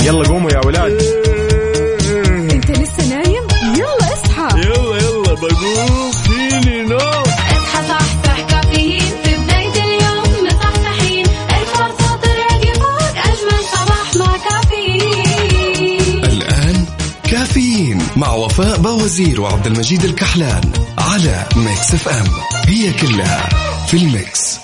يلا قوموا يا ولاد. انت لسه نايم؟ يلا اصحى. يلا بقوم فيني نوم. اصحى صحصح كافيين في بداية اليوم مصحصحين. الفرصة تراقي فوق أجمل صباح مع كافيين. الآن كافيين مع وفاء باوزير وعبد المجيد الكحلان على ميكس اف ام. هي كلها في الميكس.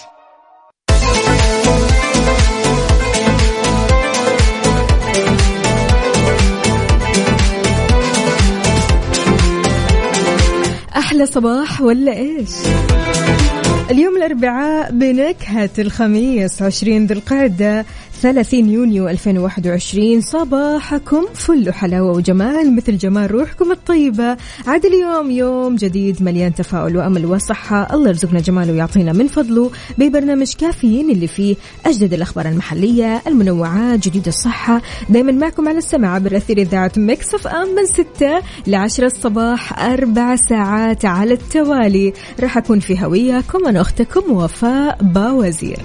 أحلى صباح ولا إيش؟ اليوم الأربعاء بنكهة الخميس 20 ذي القعدة 30 يونيو 2021. صباحكم فل حلاوة وجمال مثل جمال روحكم الطيبة. عاد اليوم يوم جديد مليان تفاؤل وأمل وصحة. الله يرزقنا جماله ويعطينا من فضله ببرنامج كافيين اللي فيه أجدد الأخبار المحلية، المنوعات، جديد الصحة. دايما معكم على السماع بالأثير إذاعة ميكس اف ام من 6 ل10 الصباح، 4 ساعات على التوالي. راح أكون في هوياكم أنا أختكم وفاء باوزير.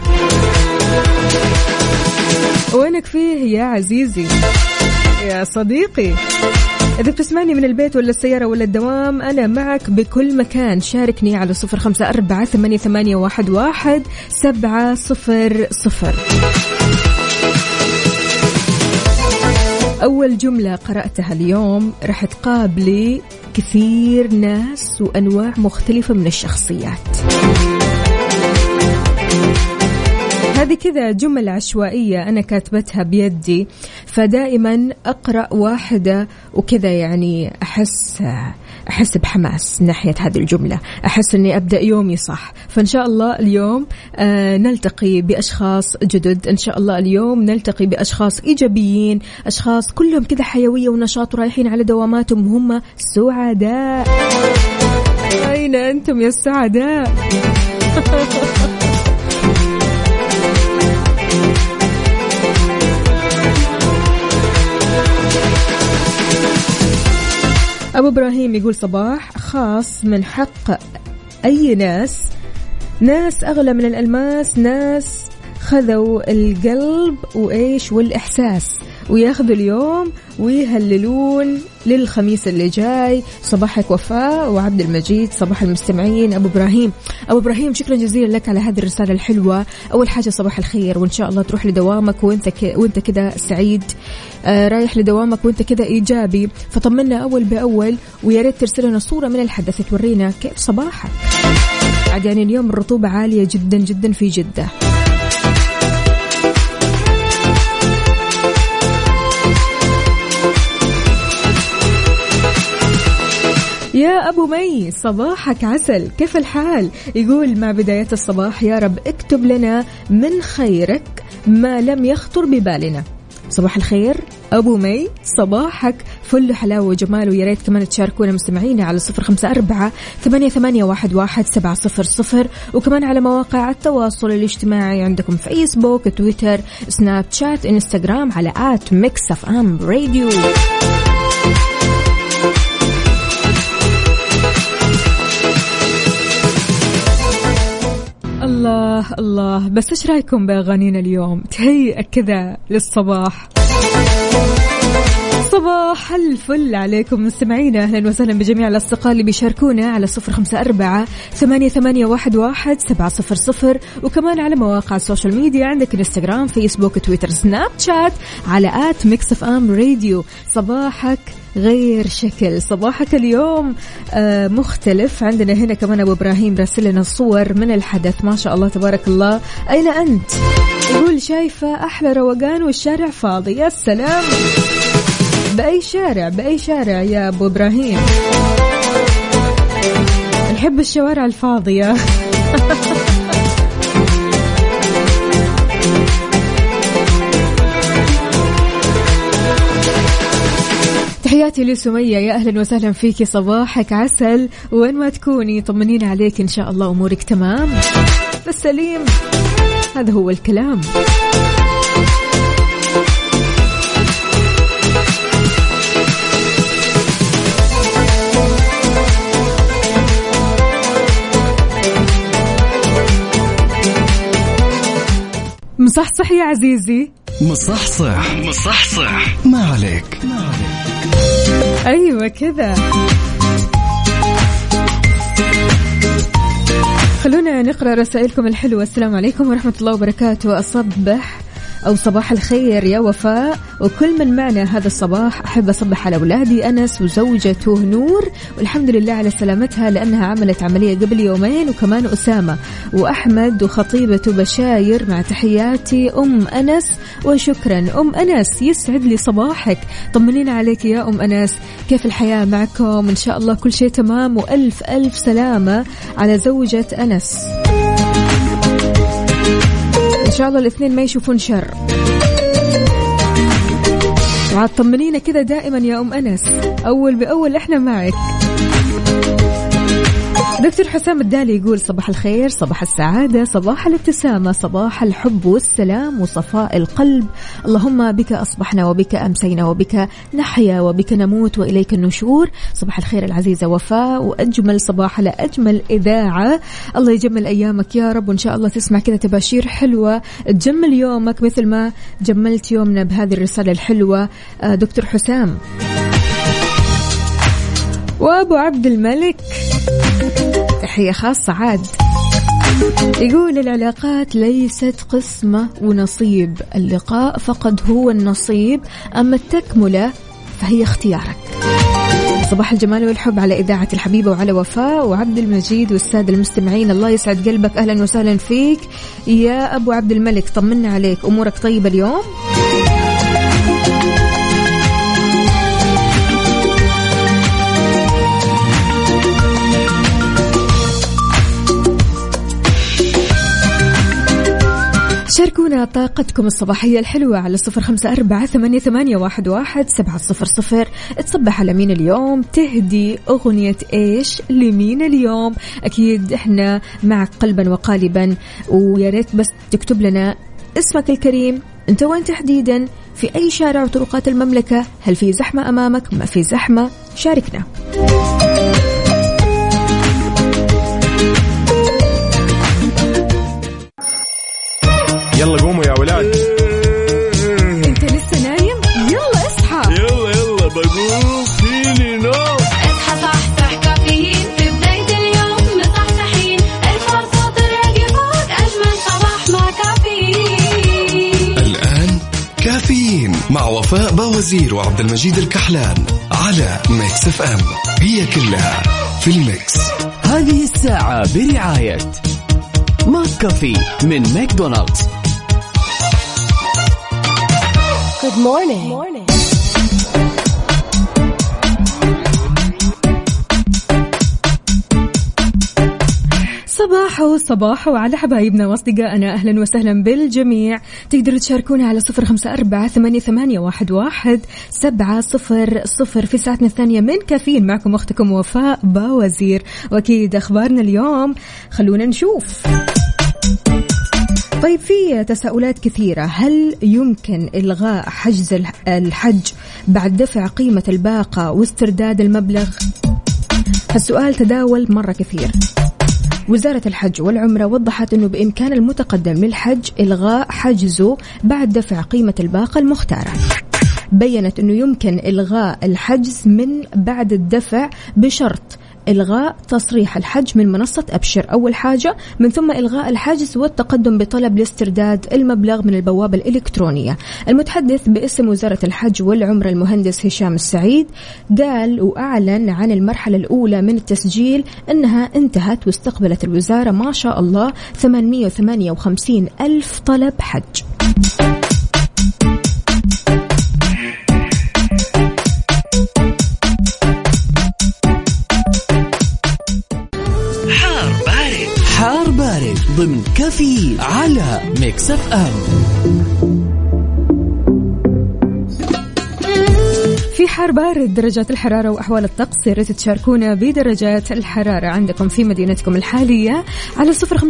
وينك فيه يا عزيزي يا صديقي؟ إذا بتسمعني من البيت ولا السيارة ولا الدوام أنا معك بكل مكان. شاركني على 0548811700. أول جملة قرأتها اليوم رح تقابلي كثير ناس وأنواع مختلفة من الشخصيات. هذه كذا جمل عشوائية أنا كاتبتها بيدي، فدائما أقرأ واحدة وكذا يعني أحس بحماس ناحية هذه الجملة، أحس أني أبدأ يومي صح. فإن شاء الله اليوم نلتقي بأشخاص جدد، إن شاء الله اليوم نلتقي بأشخاص إيجابيين، أشخاص كلهم كذا حيوية ونشاط ورايحين على دواماتهم وهم سعداء. أين أنتم يا السعداء؟ أبو إبراهيم يقول صباح خاص من حق أي ناس أغلى من الألماس، ناس خذوا القلب وإيش والإحساس وياخذوا اليوم ويهللون للخميس اللي جاي. صباحك وفاء وعبد المجيد، صباح المستمعين. أبو إبراهيم شكرا جزيلا لك على هذه الرسالة الحلوة. أول حاجة صباح الخير، وإن شاء الله تروح لدوامك وإنت كده سعيد، رايح لدوامك وإنت كده إيجابي. فطمنا أول بأول، ويا ريت ترسل لنا صورة من الحدث تورينا كيف صباحك. عاد يعني اليوم الرطوبة عالية جدا جدا في جدة. يا أبو مي صباحك عسل، كيف الحال؟ يقول مع بداية الصباح يا رب اكتب لنا من خيرك ما لم يخطر ببالنا. صباح الخير أبو مي، صباحك فل حلاوة وجمال. ويا ريت كمان تشاركونا مستمعينا على 0548811700 وكمان على مواقع التواصل الاجتماعي عندكم فيسبوك، تويتر، سناب شات، انستغرام على @mixfmradio. الله بس ايش رايكم باغانينا اليوم؟ تهيئ كذا للصباح. صباح الفل عليكم مستمعينا، أهلا وسهلا بجميع الأصدقاء اللي بيشاركونا على 0548811700 وكمان على مواقع السوشيال ميديا عندك انستغرام، فيسبوك، تويتر، سناب شات على @mixfmradio. صباحك غير شكل، صباحك اليوم مختلف. عندنا هنا كمان أبو إبراهيم راسل لنا صور من الحدث، ما شاء الله تبارك الله. أين أنت؟ يقول شايفة أحلى روقان والشارع فاضي. يا سلام، بأي شارع يا أبو إبراهيم؟ نحب الشوارع الفاضية. تحياتي لسمية، يا أهلا وسهلا فيكي، صباحك عسل. وين ما تكوني طمنين عليك، إن شاء الله أمورك تمام بالسليم. هذا هو الكلام. مصحصح يا عزيزي، مصحصح ما عليك. أيوة كذا. خلونا نقرأ رسائلكم الحلوة. السلام عليكم ورحمة الله وبركاته. أصبح أو صباح الخير يا وفاء وكل من معنا هذا الصباح. أحب أصبح على أولادي أنس وزوجته نور والحمد لله على سلامتها لأنها عملت عملية قبل يومين، وكمان أسامة وأحمد وخطيبته بشاير، مع تحياتي أم أنس. وشكرا أم أنس، يسعد لي صباحك. طمنين عليك يا أم أنس، كيف الحياة معكم؟ إن شاء الله كل شيء تمام، وألف ألف سلامة على زوجة أنس. إن شاء الله الاثنين ما يشوفون شر. وعاد طمنينا كذا دائما يا أم أنس، أول بأول إحنا معك. دكتور حسام الدالي يقول صباح الخير، صباح السعادة، صباح الابتسامة، صباح الحب والسلام وصفاء القلب. اللهم بك أصبحنا وبك أمسينا وبك نحيا وبك نموت وإليك النشور. صباح الخير العزيزة وفاء، وأجمل صباح على أجمل إذاعة. الله يجمل أيامك يا رب، وإن شاء الله تسمع كذا تباشير حلوة تجمل يومك مثل ما جملت يومنا بهذه الرسالة الحلوة دكتور حسام. وأبو عبد الملك تحية خاصة عاد، يقول العلاقات ليست قسمة ونصيب، اللقاء فقد هو النصيب، أما التكملة فهي اختيارك. صباح الجمال والحب على إذاعة الحبيبة وعلى وفاء وعبد المجيد والسادة المستمعين. الله يسعد قلبك، أهلا وسهلا فيك يا أبو عبد الملك. طمنا عليك، أمورك طيبة اليوم؟ شاركونا طاقتكم الصباحية الحلوة على 0548811700. تصبح على مين اليوم؟ تهدي أغنية إيش لمين اليوم؟ أكيد إحنا معك قلبا وقالبا، ويا ريت بس تكتب لنا اسمك الكريم، أنت وين تحديدا، في أي شارع وطرقات المملكة، هل في زحمة أمامك، ما في زحمة، شاركنا. يلا قوموا يا ولاد. انت لسه نايم؟ يلا اصحى. يلا بقوم فيني نوم. اصحى صحصح كافيين في بداية اليوم مصحصحين، الفرصة تراقي فوق أجمل صباح مع كافيين. الآن كافيين مع وفاء باوزير وعبد المجيد الكحلان على ميكس اف ام، هي كلها في الميكس. هذه الساعة برعاية ماك كافي من ماكدونالدز. Good morning. صباح وعلى حبايبنا واصدقائنا، أهلا وسهلا بالجميع. تقدروا تشاركونا على 0548811700 في ساعتنا الثانية من كافيين. معكم أختكم وفاء باوزير، وأكيد أخبارنا اليوم خلونا نشوف. طيب، في تساؤلات كثيرة. هل يمكن إلغاء حجز الحج بعد دفع قيمة الباقة واسترداد المبلغ؟ السؤال تداول مرة كثير. وزارة الحج والعمرة وضحت أنه بإمكان المتقدم للحج إلغاء حجزه بعد دفع قيمة الباقة المختارة. بيّنت أنه يمكن إلغاء الحجز من بعد الدفع بشرط إلغاء تصريح الحج من منصة أبشر أول حاجة، من ثم إلغاء الحجز والتقدم بطلب لاسترداد المبلغ من البوابة الإلكترونية. المتحدث باسم وزارة الحج والعمرة المهندس هشام السعيد قال وأعلن عن المرحلة الأولى من التسجيل أنها انتهت، واستقبلت الوزارة ما شاء الله 858 ألف طلب حج. حار بارد ضمن كافيين على ميكس اف ام. في حار بارد درجات الحرارة وأحوال الطقس، يا ريت تشاركونا بدرجات الحرارة عندكم في مدينتكم الحالية على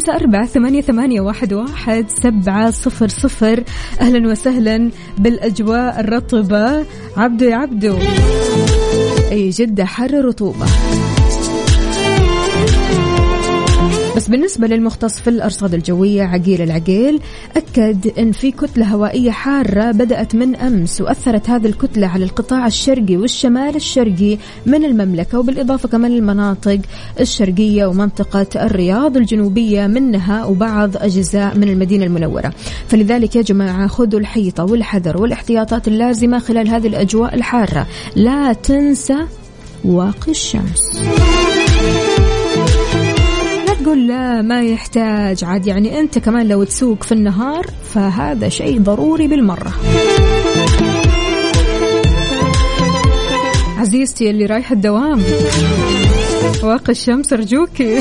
0548811700. أهلا وسهلا بالأجواء الرطبة. عبدو يا عبدو، أي جدة حر رطوبة. بس بالنسبة للمختص في الأرصاد الجوية عقيل العقيل أكد أن في كتلة هوائية حارة بدأت من أمس، وأثرت هذه الكتلة على القطاع الشرقي والشمال الشرقي من المملكة، وبالإضافة كمان للمناطق الشرقية ومنطقة الرياض الجنوبية منها وبعض أجزاء من المدينة المنورة. فلذلك يا جماعة خذوا الحيطة والحذر والاحتياطات اللازمة خلال هذه الأجواء الحارة. لا تنسى واقي الشمس. لا تقول لا ما يحتاج، عاد يعني أنت كمان لو تسوق في النهار فهذا شيء ضروري بالمرة. عزيزتي اللي رايحة الدوام واقي الشمس أرجوكي.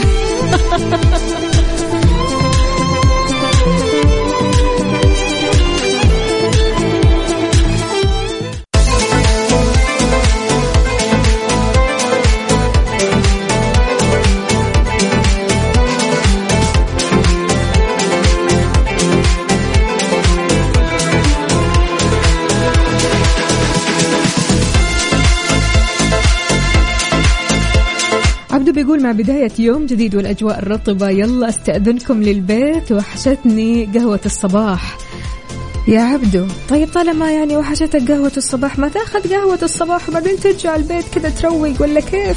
بيقول مع بداية يوم جديد والأجواء الرطبة يلا استأذنكم للبيت، وحشتني قهوة الصباح يا عبدو. طيب طالما يعني وحشتك قهوة الصباح ما تاخذ قهوة الصباح وبعدين ترجع البيت كذا تروق ولا كيف؟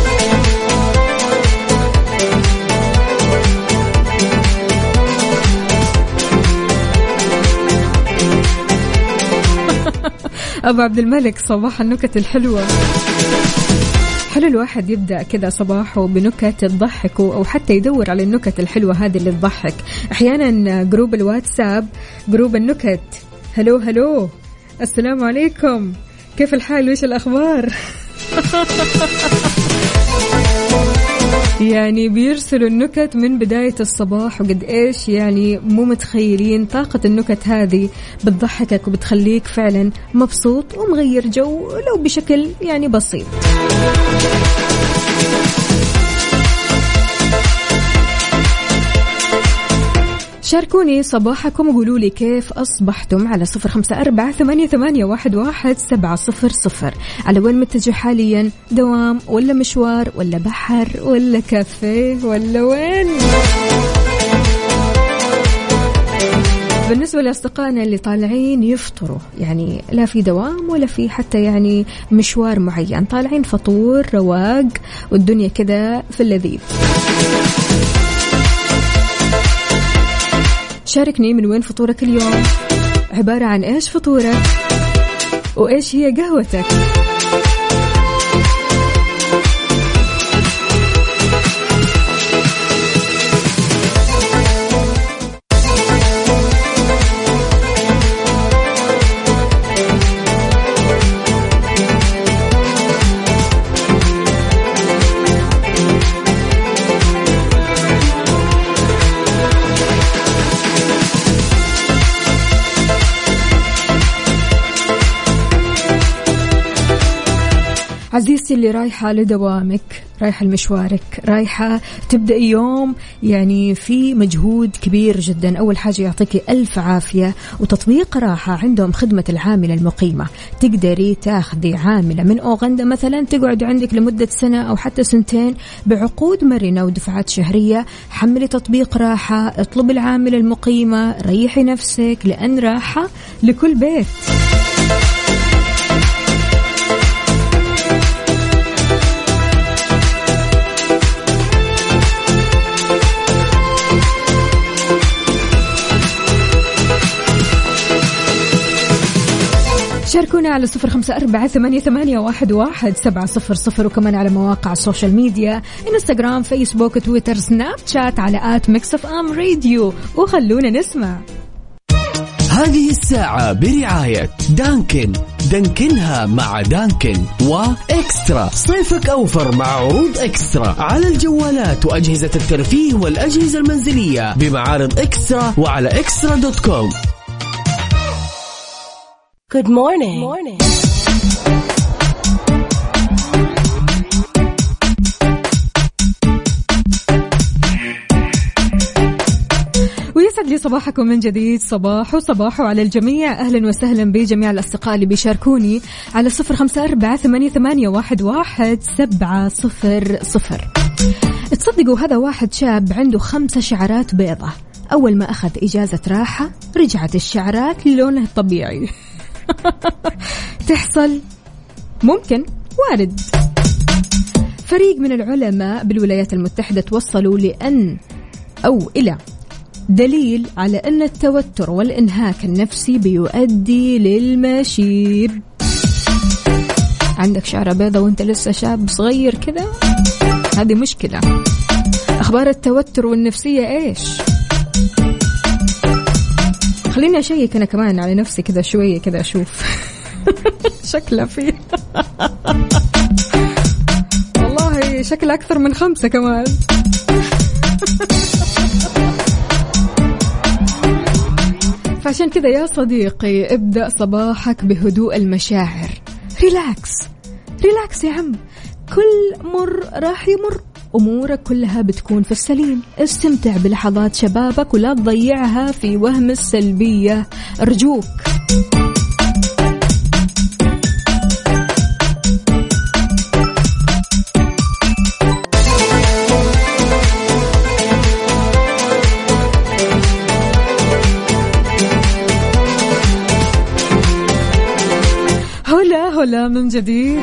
أبو عبد الملك صباح النكت الحلوة. حلو الواحد يبدأ كذا صباحه بنكت تضحكه أو حتى يدور على النكت الحلوة هذه اللي تضحك. أحيانا جروب الواتساب جروب النكت هلو السلام عليكم كيف الحال وإيش الأخبار؟ يعني بيرسلوا النكت من بداية الصباح، وقد إيش يعني مو متخيلين طاقة النكت هذه بتضحكك وبتخليك فعلا مبسوط ومغير جو لو بشكل يعني بسيط. شاركوني صباحكم وقولوا لي كيف أصبحتم على 0548811700. على وين متجه حاليا؟ دوام ولا مشوار ولا بحر ولا كافيه ولا وين؟ بالنسبة لأصدقائنا اللي طالعين يفطروا يعني لا في دوام ولا في حتى يعني مشوار معين، طالعين فطور رواق والدنيا كده في اللذيذ. شاركني من وين فطورك اليوم، عبارة عن إيش فطورك وإيش هي قهوتك. عزيزتي اللي رايحة لدوامك، رايحة لمشوارك، رايحة تبدأ يوم يعني في مجهود كبير جدا، أول حاجة يعطيكي ألف عافية. وتطبيق راحة عندهم خدمة العاملة المقيمة، تقدري تاخذي عاملة من أوغندا مثلا تقعد عندك لمدة سنة أو حتى سنتين بعقود مرنة ودفعات شهرية. حملي تطبيق راحة، اطلبي العاملة المقيمة، ريحي نفسك لأن راحة لكل بيت. شاركونا على 0548811700 وكمان على مواقع السوشيال ميديا إنستغرام فيسبوك تويتر سناب شات على @mixfmradio وخلونا نسمع. هذه الساعة برعاية دانكن، دانكنها مع دانكن، وإكسترا صيفك أوفر مع عروض إكسترا على الجوالات وأجهزة الترفيه والأجهزة المنزلية بمعارض إكسترا وعلى extra.com. Good morning. ويسعد لي صباحكم من جديد، صباح على الجميع. أهلا وسهلا بجميع الأصدقاء اللي بيشاركوني على 0548811700. تصدقوا هذا واحد شاب عنده 5 شعرات بيضة، أول ما أخذ إجازة راحة رجعت الشعرات للونه الطبيعي. تحصل؟ ممكن، وارد. فريق من العلماء بالولايات المتحدة توصلوا إلى دليل على أن التوتر والإنهاك النفسي بيؤدي للمشيب. عندك شعر بيضة وانت لسه شاب صغير كذا، هذه مشكلة. أخبار التوتر والنفسية إيش؟ خليني أشيك أنا كمان على نفسي كذا شوية كذا أشوف. شكله فيه والله شكل أكثر من 5 كمان. فعشان كذا يا صديقي ابدأ صباحك بهدوء المشاعر. ريلاكس يا عم، كل مر راح يمر، أمورك كلها بتكون في السليم. استمتع بلحظات شبابك ولا تضيعها في وهم السلبية أرجوك. هلا من جديد.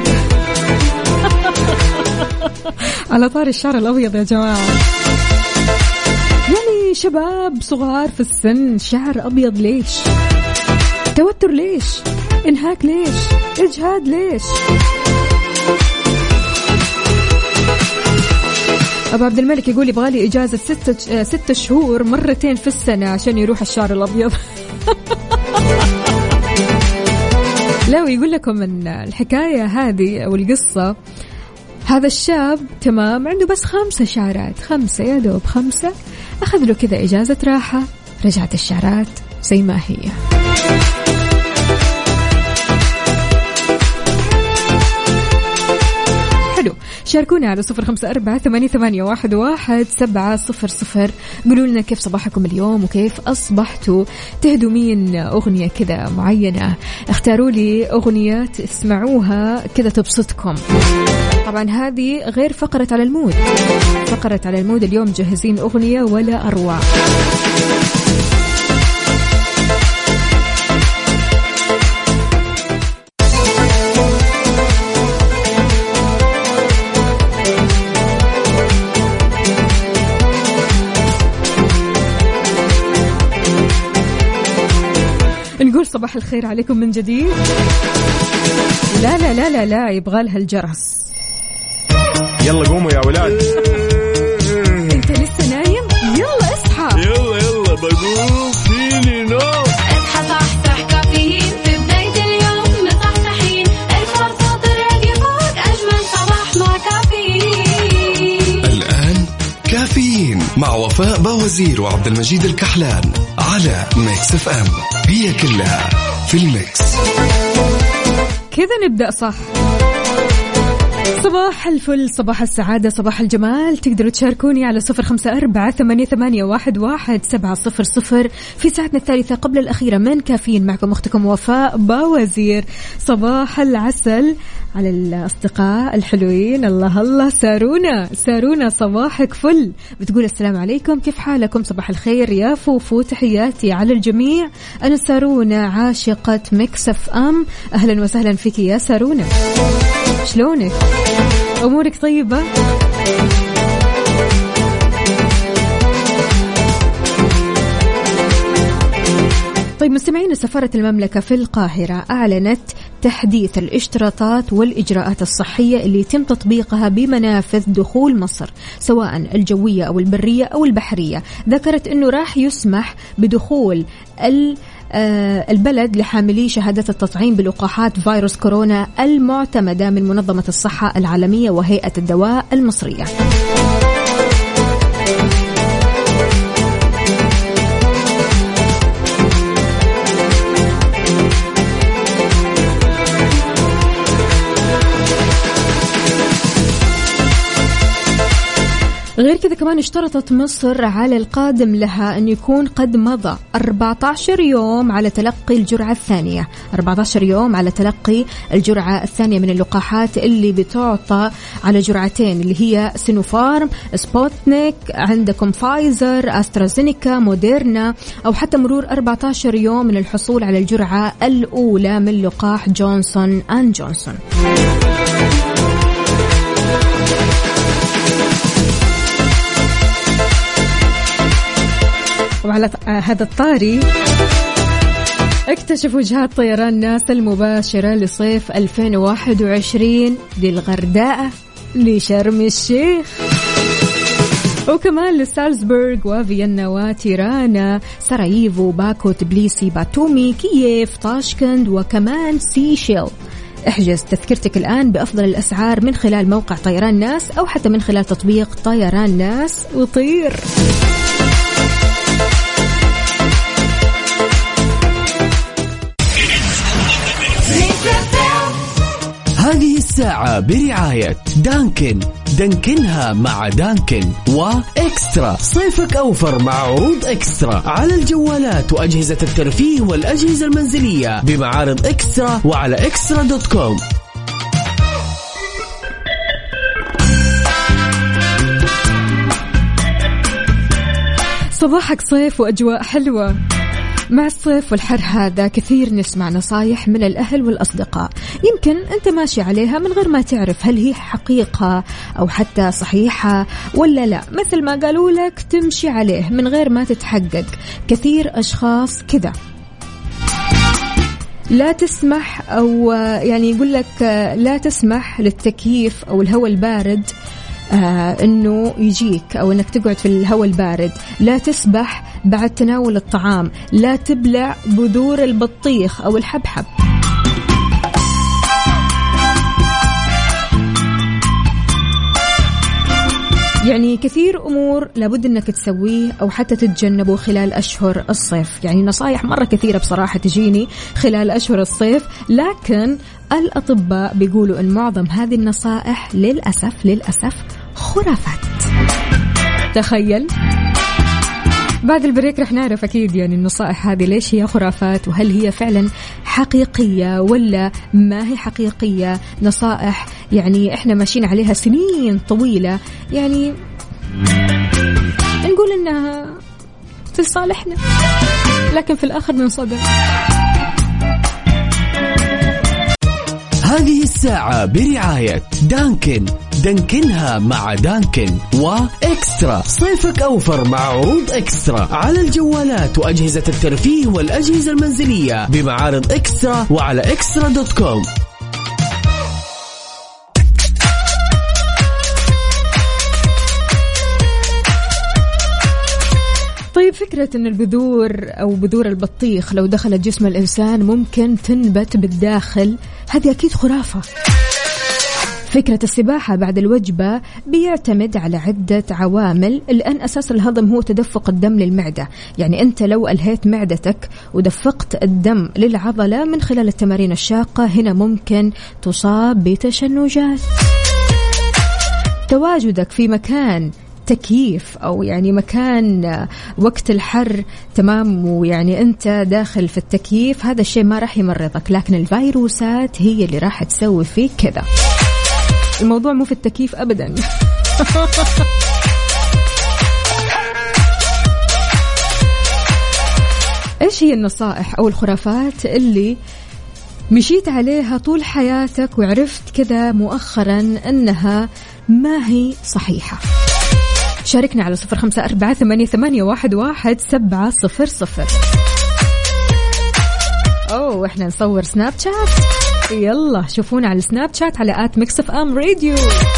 على طار الشعر الأبيض يا جماعة، يعني شباب صغار في السن شعر أبيض ليش؟ توتر ليش؟ إنهاك ليش؟ إجهاد ليش؟ أبو عبد الملك يقول يبغالي إجازة 6 شهور مرتين في السنة عشان يروح الشعر الأبيض. لا، ويقول لكم أن الحكاية هذه أو القصة، هذا الشاب تمام عنده بس 5 شعرات، 5 يا دوب 5، أخذ له كذا إجازة راحة، رجعت الشعرات زي ما هي. حلو، شاركونا على 0548811700. قولوا لنا كيف صباحكم اليوم وكيف أصبحتوا، تهدوا مين أغنية كذا معينة، اختاروا لي أغنية تسمعوها كذا تبسطكم. طبعا هذه غير فقرة على المود. فقرة على المود اليوم جهزين أغنية ولا أروع. نقول صباح الخير عليكم من جديد. لا لا لا لا لا، يبغى لها الجرس. يلا قوموا يا ولاد. انت لسه نايم؟ يلا اصحى. يلا بقوم فيني نوم. اصحى صحصح كافيين في بداية اليوم مصحصحين، الفرصة تراقي فوق أجمل صباح مع كافيين. الآن كافيين مع وفاء باوزير وعبد المجيد الكحلان على ميكس اف ام، هي كلها في الميكس. كذا نبدأ صح. صباح الفل، صباح السعادة، صباح الجمال. تقدروا تشاركوني على 0548811700 في ساعتنا الثالثة قبل الأخيرة من كافيين. معكم أختكم وفاء باوزير. صباح العسل على الأصدقاء الحلوين. الله سارونا صباحك فل، بتقول السلام عليكم، كيف حالكم؟ صباح الخير يا فوفو، تحياتي على الجميع. أنا سارونا عاشقة ميكس اف ام. أهلا وسهلا فيك يا سارونا، شلونك؟ أمورك طيبة؟ طيب مستمعين، سفارة المملكة في القاهرة أعلنت تحديث الاشتراطات والإجراءات الصحية اللي يتم تطبيقها بمنافذ دخول مصر سواء الجوية أو البرية أو البحرية. ذكرت أنه راح يسمح بدخول البلد لحاملي شهادة التطعيم بلقاحات فيروس كورونا المعتمدة من منظمة الصحة العالمية وهيئة الدواء المصرية. غير كذا كمان اشترطت مصر على القادم لها أن يكون قد مضى 14 يوم على تلقي الجرعة الثانية. 14 يوم على تلقي الجرعة الثانية من اللقاحات اللي بتعطى على جرعتين اللي هي سينوفارم، سبوتنيك، عندكم فايزر، أسترازينيكا، موديرنا، أو حتى مرور 14 يوم من الحصول على الجرعة الأولى من لقاح جونسون أند جونسون. وعلى هذا الطاري اكتشف وجهات طيران ناسا المباشرة لصيف 2021 للغرداء، لشرم الشيخ، وكمان لسالزبورغ وفيينا وتيرانا، سراييفو، باكو، تبليسي، باتومي، كييف، طاشكند، وكمان سيشيل. احجز تذكرتك الآن بأفضل الأسعار من خلال موقع طيران ناس أو حتى من خلال تطبيق طيران ناس وطير. هذه الساعة برعاية دانكن، دانكنها مع دانكن، وإكسترا، صيفك أوفر مع عروض إكسترا على الجوالات وأجهزة الترفيه والأجهزة المنزلية بمعارض إكسترا وعلى إكسترا.com. صباحك صيف وأجواء حلوة. مع الصيف والحر هذا كثير نسمع نصايح من الأهل والأصدقاء يمكن أنت ماشي عليها من غير ما تعرف هل هي حقيقة أو حتى صحيحة ولا لا. مثل ما قالوا لك تمشي عليه من غير ما تتحقق. كثير أشخاص كذا. لا تسمح أو يعني يقول لك لا تسمح للتكييف أو الهواء البارد إنه يجيك أو إنك تقعد في الهواء البارد. لا تسبح بعد تناول الطعام. لا تبلع بذور البطيخ أو الحبحب. يعني كثير أمور لابد أنك تسويه أو حتى تتجنبه خلال أشهر الصيف. يعني نصايح مرة كثيرة بصراحة تجيني خلال أشهر الصيف، لكن الأطباء بيقولوا أن معظم هذه النصائح للأسف خرافات. تخيل. بعد البريك رح نعرف أكيد يعني النصائح هذه ليش هي خرافات، وهل هي فعلا حقيقية ولا ما هي حقيقية. نصائح يعني إحنا ماشيين عليها سنين طويلة، يعني نقول إنها في صالحنا لكن في الآخر ننصدم. هذه الساعة برعاية دانكن، دانكنها مع دانكن، وإكسترا، صيفك أوفر مع عروض إكسترا على الجوالات وأجهزة الترفيه والأجهزة المنزلية بمعارض إكسترا وعلى إكسترا.com. طيب فكرة أن البذور أو بذور البطيخ لو دخلت جسم الإنسان ممكن تنبت بالداخل، هذه أكيد خرافة. فكرة السباحة بعد الوجبة بيعتمد على عدة عوامل، الآن أساس الهضم هو تدفق الدم للمعدة. يعني أنت لو ألهيت معدتك ودفقت الدم للعضلة من خلال التمارين الشاقة، هنا ممكن تصاب بتشنجات. تواجدك في مكان تكييف أو يعني مكان وقت الحر تمام، ويعني أنت داخل في التكييف، هذا الشيء ما راح يمرضك، لكن الفيروسات هي اللي راح تسوي فيك كذا. الموضوع مو في التكييف أبدا. إيش هي النصائح أو الخرافات اللي مشيت عليها طول حياتك وعرفت كذا مؤخرا أنها ما هي صحيحة؟ شاركنا على 0548811700. أوه إحنا نصور سناب شات، يلا شوفونا على سناب شات على @mixfm.radio.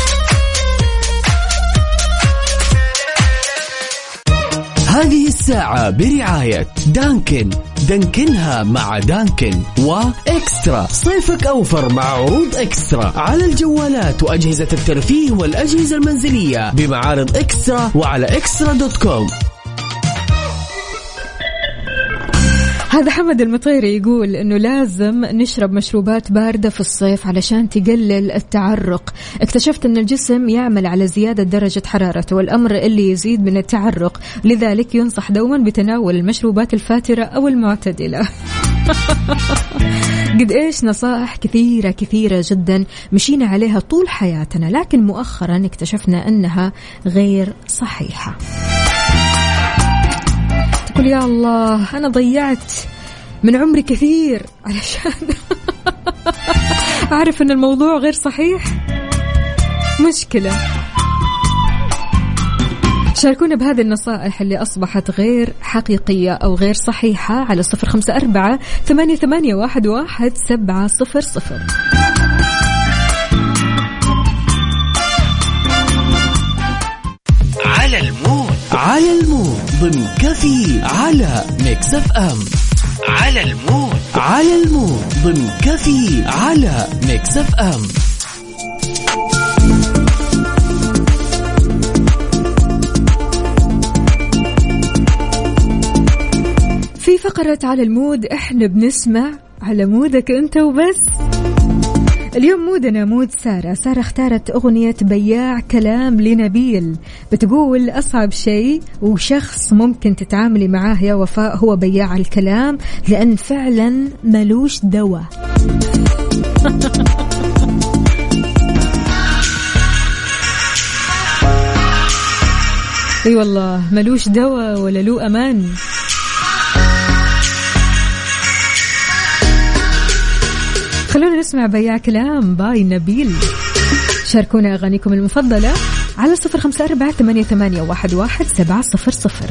هذه الساعة برعاية دانكن، دانكنها مع دانكن، وإكسترا، صيفك أوفر مع عروض إكسترا على الجوالات وأجهزة الترفيه والأجهزة المنزلية بمعارض إكسترا وعلى إكسترا.com. هذا حمد المطيري يقول إنه لازم نشرب مشروبات باردة في الصيف علشان تقلل التعرق. اكتشفت إن الجسم يعمل على زيادة درجة حرارته والأمر اللي يزيد من التعرق، لذلك ينصح دوما بتناول المشروبات الفاترة أو المعتدلة. قد إيش نصائح كثيرة جدا مشينا عليها طول حياتنا، لكن مؤخرا اكتشفنا أنها غير صحيحة. تقول يا الله أنا ضيعت من عمري كثير علشان أعرف أن الموضوع غير صحيح. مشكلة. شاركونا بهذه النصائح اللي أصبحت غير حقيقية أو غير صحيحة على 0548811700. على المود ضمن كافيين على ميكس اف ام. على المود ضمن كافيين على ميكس اف ام. في فقرة على المود احنا بنسمع على مودك انت وبس. اليوم مودنا مود سارة. سارة اختارت أغنية بياع كلام لنبيل، بتقول أصعب شيء وشخص ممكن تتعاملي معاه يا وفاء هو بياع الكلام، لأن فعلا ملوش دواء. اي والله ملوش دواء ولا له أمان. خلونا نسمع بياع كلام باي نبيل. شاركونا أغانيكم المفضلة على 0548811700.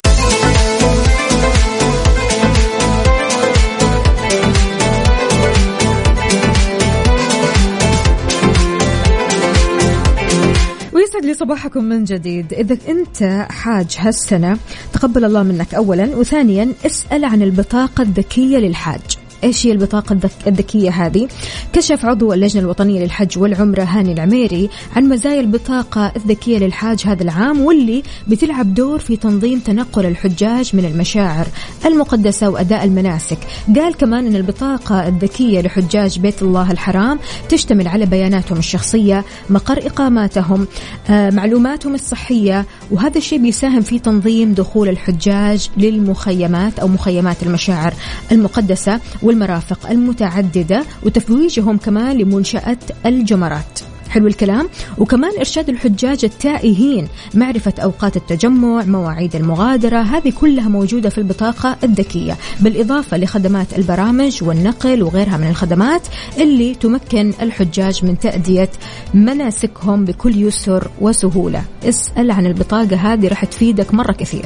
ويسعد لي صباحكم من جديد. إذا أنت حاج هالسنة تقبل الله منك أولا، وثانيا اسأل عن البطاقة الذكية للحاج. إيش هي البطاقة الذكية هذه؟ كشف عضو اللجنة الوطنية للحج والعمرة هاني العميري عن مزايا البطاقة الذكية للحاج هذا العام، واللي بتلعب دور في تنظيم تنقل الحجاج من المشاعر المقدسة وأداء المناسك. قال كمان أن البطاقة الذكية لحجاج بيت الله الحرام تشتمل على بياناتهم الشخصية، مقر إقاماتهم، معلوماتهم الصحية، وهذا الشيء بيساهم في تنظيم دخول الحجاج للمخيمات أو مخيمات المشاعر المقدسة والمرافق المتعددة، وتفويجهم كمان لمنشأة الجمرات. حلو الكلام. وكمان إرشاد الحجاج التائهين، معرفة أوقات التجمع، مواعيد المغادرة، هذه كلها موجودة في البطاقة الذكية، بالإضافة لخدمات البرامج والنقل وغيرها من الخدمات اللي تمكن الحجاج من تأدية مناسكهم بكل يسر وسهولة. اسأل عن البطاقة هذه رح تفيدك مرة كثير.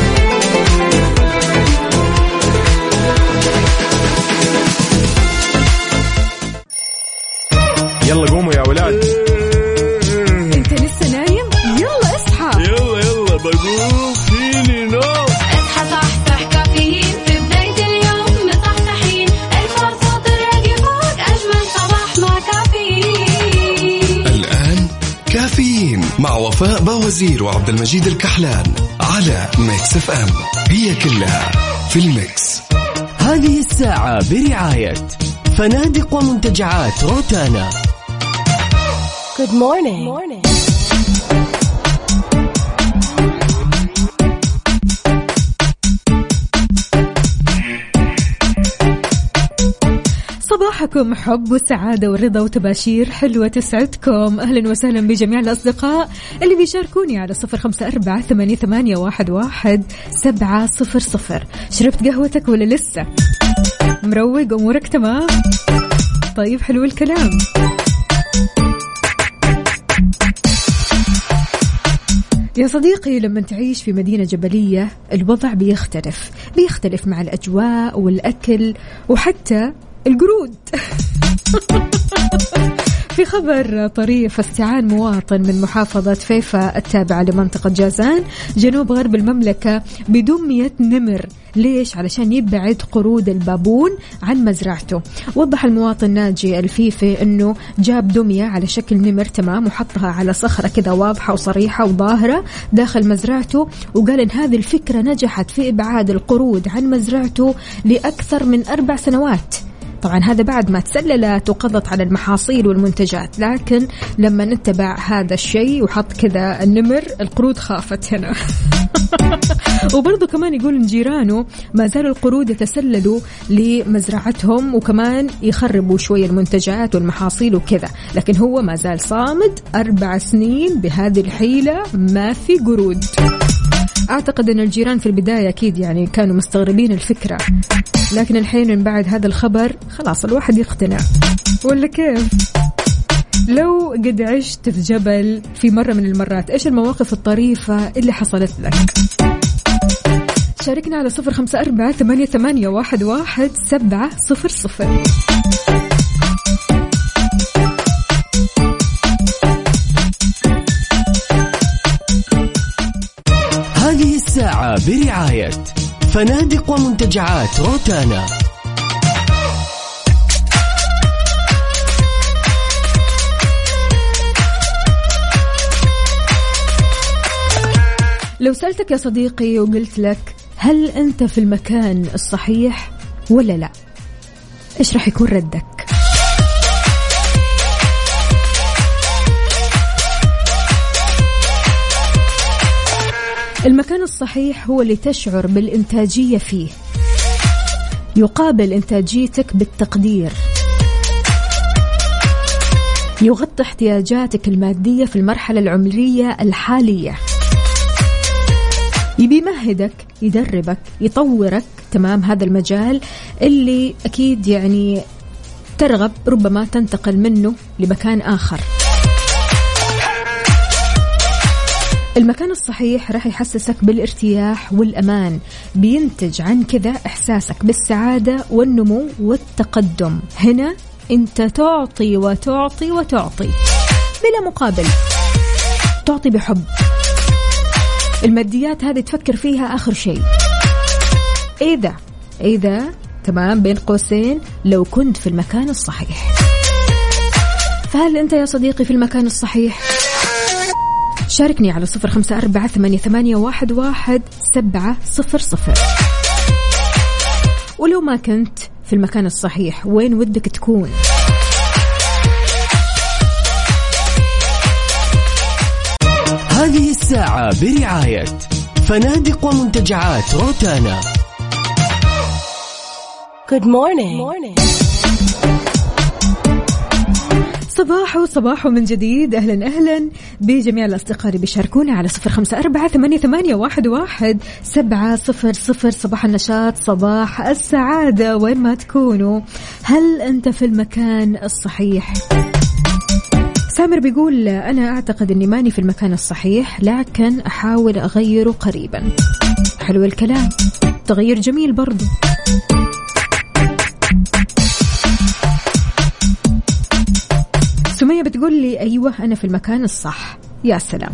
يلا قوموا يا ولاد. انت لسه نايم؟ يلا اصحى. يلا بقوم فيني نوم. اصحى صحصح كافيين في بداية اليوم مصحصحين، الفرصة تراقي فوق أجمل صباح مع كافيين. الآن كافيين مع وفاء باوزير وعبد المجيد الكحلان على ميكس اف ام. هي كلها في الميكس. هذه الساعة برعاية فنادق ومنتجعات روتانا. Good morning. صباحكم حب وسعادة والرضا وتباشير حلوة تسعدكم. أهلا وسهلا بجميع الأصدقاء اللي بيشاركوني على 0548811700. شربت قهوتك ولا لسه؟ مروق أمورك تمام؟ طيب حلو الكلام. يا صديقي لما تعيش في مدينة جبلية الوضع بيختلف مع الأجواء والأكل وحتى القرود. في خبر طريف، استعان مواطن من محافظة فيفا التابعة لمنطقة جازان جنوب غرب المملكة بدمية نمر. ليش؟ علشان يبعد قرود البابون عن مزرعته. وضح المواطن ناجي الفيفي أنه جاب دمية على شكل نمر تمام وحطها على صخرة كذا واضحة وصريحة وظاهرة داخل مزرعته، وقال إن هذه الفكرة نجحت في إبعاد القرود عن مزرعته لأكثر من 4 سنوات. طبعا هذا بعد ما تسللت وقضت على المحاصيل والمنتجات، لكن لما نتبع هذا الشيء وحط كذا النمر القرود خافت هنا. وبرضه كمان يقول إن جيرانه ما زال القرود يتسللوا لمزرعتهم وكمان يخربوا شوية المنتجات والمحاصيل وكذا، لكن هو ما زال صامد 4 سنين بهذه الحيلة، ما في قرود. أعتقد أن الجيران في البداية أكيد يعني كانوا مستغربين الفكرة، لكن الحين من بعد هذا الخبر خلاص الواحد يقتنع، ولا كيف؟ لو قد عشت في جبل في مرة من المرات، إيش المواقف الطريفة اللي حصلت لك؟ شاركنا على 0548811700. هذه الساعة برعاية فنادق ومنتجعات روتانا. لو سألتك يا صديقي وقلت لك هل أنت في المكان الصحيح ولا لا، إيش رح يكون ردك؟ المكان الصحيح هو اللي تشعر بالإنتاجية فيه، يقابل إنتاجيتك بالتقدير، يغطي احتياجاتك المادية في المرحلة العمرية الحالية، يبي يمهدك، يدربك، يطورك. تمام، هذا المجال اللي أكيد يعني ترغب ربما تنتقل منه لمكان آخر. المكان الصحيح راح يحسسك بالارتياح والأمان، بينتج عن كذا إحساسك بالسعادة والنمو والتقدم. هنا أنت تعطي وتعطي وتعطي بلا مقابل، تعطي بحب. الماديات هذه تفكر فيها آخر شيء، إذا تمام بين قوسين لو كنت في المكان الصحيح. فهل أنت يا صديقي في المكان الصحيح؟ شاركني على 0548811700. ولو ما كنت في المكان الصحيح وين ودك تكون؟ هذه الساعة برعاية فنادق ومنتجعات روتانا. Good morning. صباح من جديد. أهلا بجميع الأصدقاء اللي بيشاركونا على 0548811700. صباح النشاط، صباح السعادة وين ما تكونوا. هل أنت في المكان الصحيح؟ سامر بيقول أنا أعتقد أني ماني في المكان الصحيح، لكن أحاول أغيره قريبا. حلو الكلام، تغيير جميل برضو. سمية بتقول لي أيوة أنا في المكان الصح. يا سلام،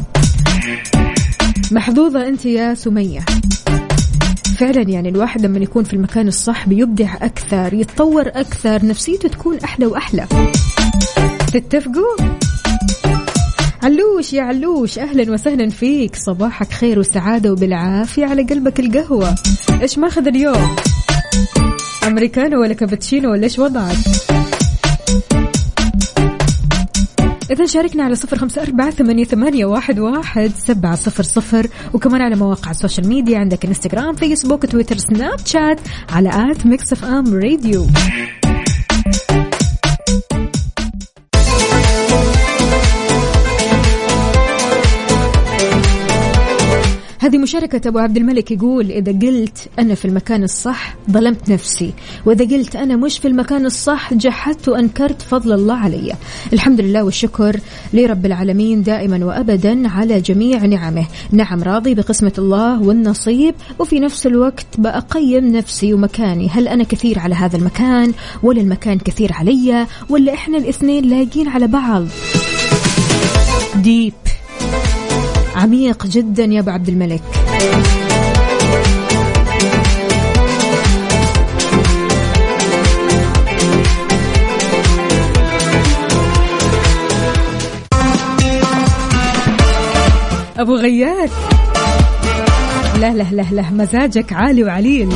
محظوظة أنت يا سمية. فعلا يعني الواحد لما يكون في المكان الصح بيبدع أكثر، يتطور أكثر، نفسيته تكون أحلى وأحلى. تتفقوا؟ علوش يا علوش، أهلا وسهلا فيك. صباحك خير وسعادة وبالعافية على قلبك القهوة. إيش ماخذ اليوم؟ أمريكانو ولا كابتشينو ولا إيش وضعك؟ إذن شاركنا على 0548811700 وكمان على مواقع السوشيال ميديا، عندك انستغرام، فيسبوك، تويتر، سناب شات على @mixfmradio. هذه هذه مشاركة أبو عبد الملك، يقول إذا قلت أنا في المكان الصح ظلمت نفسي، وإذا قلت أنا مش في المكان الصح جحدت وأنكرت فضل الله علي. الحمد لله والشكر لرب العالمين دائما وأبدا على جميع نعمه. نعم راضي بقسمة الله والنصيب، وفي نفس الوقت بأقيم نفسي ومكاني، هل أنا كثير على هذا المكان ولا المكان كثير علي، ولا إحنا الاثنين لاقين على بعض. ديب عميق جدا يا أبو عبد الملك. أبو غياث، لا لا لا لا، مزاجك عالي وعليل.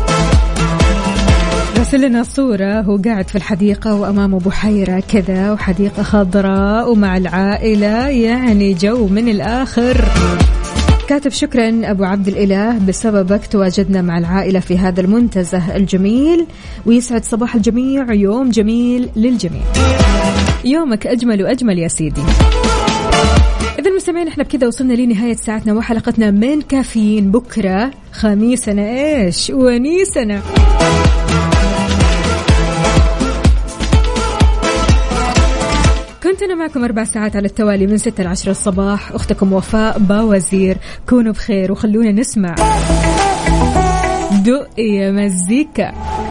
رسل لنا صورة هو قاعد في الحديقة وأمامه بحيرة كذا وحديقة خضراء ومع العائلة، يعني جو من الآخر. كاتب شكرا أبو عبد الإله، بسببك تواجدنا مع العائلة في هذا المنتزه الجميل، ويسعد صباح الجميع، يوم جميل للجميع. يومك أجمل وأجمل يا سيدي. إذا المستمعين احنا بكذا وصلنا لنهاية ساعتنا وحلقتنا من كافيين. بكرة خميسنا ايش ونيسنا. كنت أنا معكم 4 ساعات على التوالي من 6 ل 10 الصباح، أختكم وفاء باوزير. كونوا بخير وخلونا نسمع دق يا مزيكا.